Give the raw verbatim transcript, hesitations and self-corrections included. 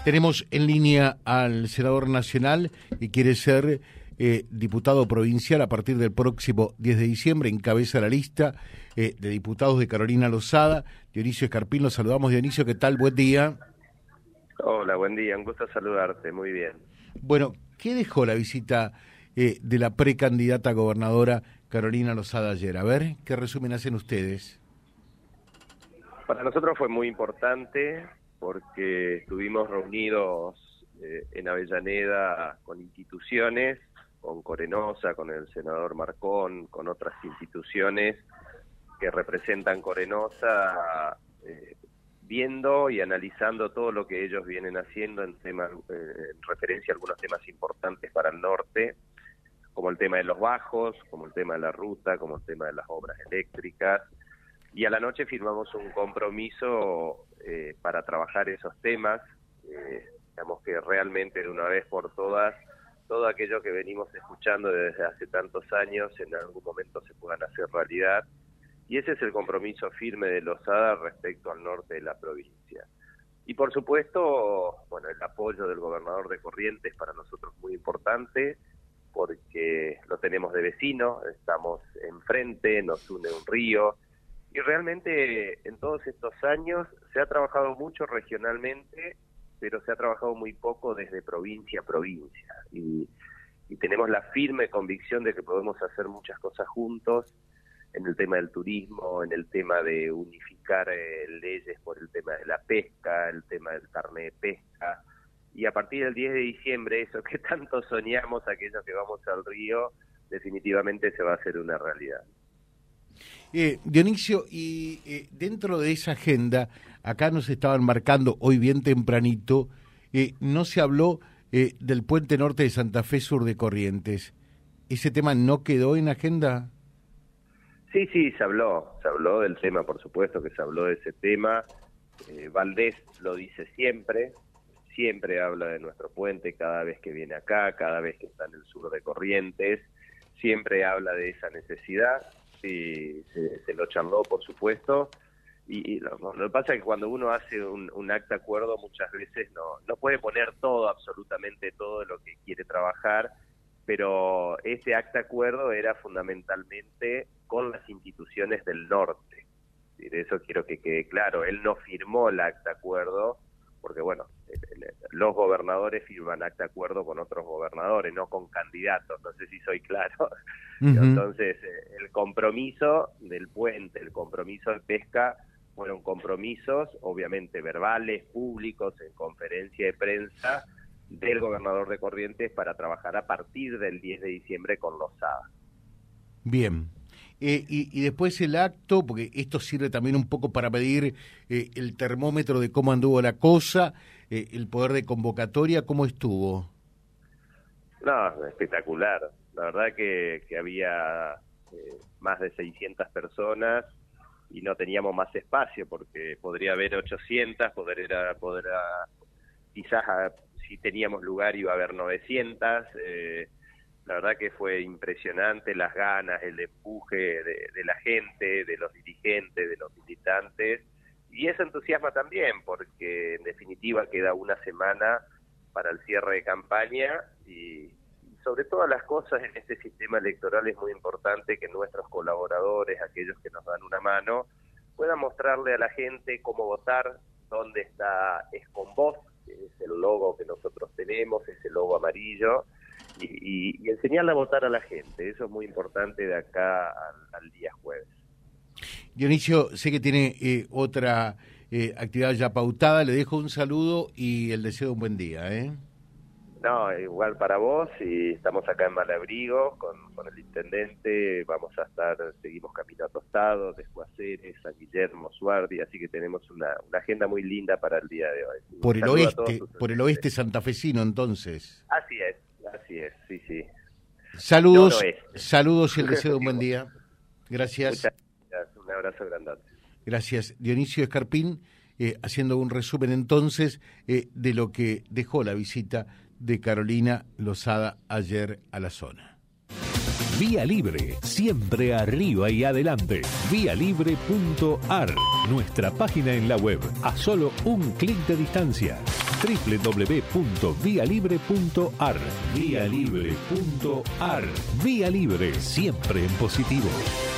Tenemos en línea al senador nacional que quiere ser eh, diputado provincial a partir del próximo diez de diciembre, encabeza la lista eh, de diputados de Carolina Lozada, Dionisio Escarpín. Los saludamos. Dionisio, ¿qué tal? Buen día. Hola, buen día, un gusto saludarte, muy bien. Bueno, ¿qué dejó la visita eh, de la precandidata a gobernadora Carolina Lozada ayer? A ver, ¿qué resumen hacen ustedes? Para nosotros fue muy importante porque estuvimos reunidos eh, en Avellaneda con instituciones, con Corenosa, con el senador Marcón, con otras instituciones que representan Corenosa, eh, viendo y analizando todo lo que ellos vienen haciendo en, tema, eh, en referencia a algunos temas importantes para el norte, como el tema de los bajos, como el tema de la ruta, como el tema de las obras eléctricas. Y a la noche firmamos un compromiso eh, para trabajar esos temas, eh, digamos que realmente de una vez por todas, todo aquello que venimos escuchando desde hace tantos años en algún momento se puedan hacer realidad. Y ese es el compromiso firme de Lozada respecto al norte de la provincia. Y por supuesto, bueno, el apoyo del gobernador de Corrientes para nosotros es muy importante, porque lo tenemos de vecino, estamos enfrente, nos une un río, y realmente en todos estos años se ha trabajado mucho regionalmente, pero se ha trabajado muy poco desde provincia a provincia, y, y tenemos la firme convicción de que podemos hacer muchas cosas juntos, en el tema del turismo, en el tema de unificar eh, leyes por el tema de la pesca, el tema del carnet de pesca, y a partir del diez de diciembre, eso que tanto soñamos aquellos que vamos al río, definitivamente se va a hacer una realidad. Eh, Dionisio, y eh, dentro de esa agenda, acá nos estaban marcando hoy bien tempranito, eh, no se habló eh, del puente norte de Santa Fe Sur de Corrientes. ¿Ese tema no quedó en agenda? Sí, sí, se habló, se habló del tema, por supuesto que se habló de ese tema. Eh, Valdés lo dice siempre, siempre habla de nuestro puente cada vez que viene acá, cada vez que está en el sur de Corrientes, siempre habla de esa necesidad, sí, se, se lo charló, por supuesto, y, y lo, lo que pasa es que cuando uno hace un, un acta acuerdo muchas veces no, no puede poner todo, absolutamente todo lo que quiere trabajar, pero ese acta acuerdo era fundamentalmente con las instituciones del norte. De eso quiero que quede claro. Él no firmó el acta acuerdo, porque bueno, el, el, los gobernadores firman acta acuerdo con otros gobernadores, no con candidatos, no sé si soy claro. Uh-huh. Entonces, el compromiso del puente, el compromiso de pesca, fueron compromisos, obviamente verbales, públicos, en conferencia de prensa, del gobernador de Corrientes para trabajar a partir del diez de diciembre con Lozada. Bien. Eh, y, y después el acto, porque esto sirve también un poco para medir eh, el termómetro de cómo anduvo la cosa, eh, el poder de convocatoria, ¿cómo estuvo? No, espectacular. La verdad que, que había eh, más de seiscientas personas y no teníamos más espacio, porque podría haber ochocientas, podría, podría quizás a, si teníamos lugar iba a haber novecientas, eh, la verdad que fue impresionante las ganas, el empuje de, de la gente, de los dirigentes, de los militantes, y eso entusiasma también, porque en definitiva queda una semana para el cierre de campaña, y sobre todas las cosas en este sistema electoral es muy importante que nuestros colaboradores, aquellos que nos dan una mano, puedan mostrarle a la gente cómo votar, dónde está Es Con Vos, que es el logo que nosotros tenemos, ese logo amarillo, y, y, y enseñarle a votar a la gente. Eso es muy importante de acá al, al día jueves. Dionisio, sé que tiene eh, otra eh, actividad ya pautada, le dejo un saludo y el deseo de un buen día, ¿eh? No, igual para vos, y estamos acá en Malabrigo con, con el intendente, vamos a estar, seguimos Camino a Tostado, Desguaceres, San Guillermo, Suardi, así que tenemos una, una agenda muy linda para el día de hoy. Por el oeste, por el oeste santafesino, entonces. Así es, así es, sí, sí. Saludos, saludos y el deseo de un buen día. Gracias. Muchas gracias, un abrazo grande. Gracias. Dionisio Escarpín, eh, haciendo un resumen entonces eh, de lo que dejó la visita de Carolina Lozada ayer a la zona. Vía Libre, siempre arriba y adelante. vía libre punto ar, nuestra página en la web, a solo un clic de distancia. doble u doble u doble u punto vía libre punto a r. vía libre punto a r. Vía Libre, siempre en positivo.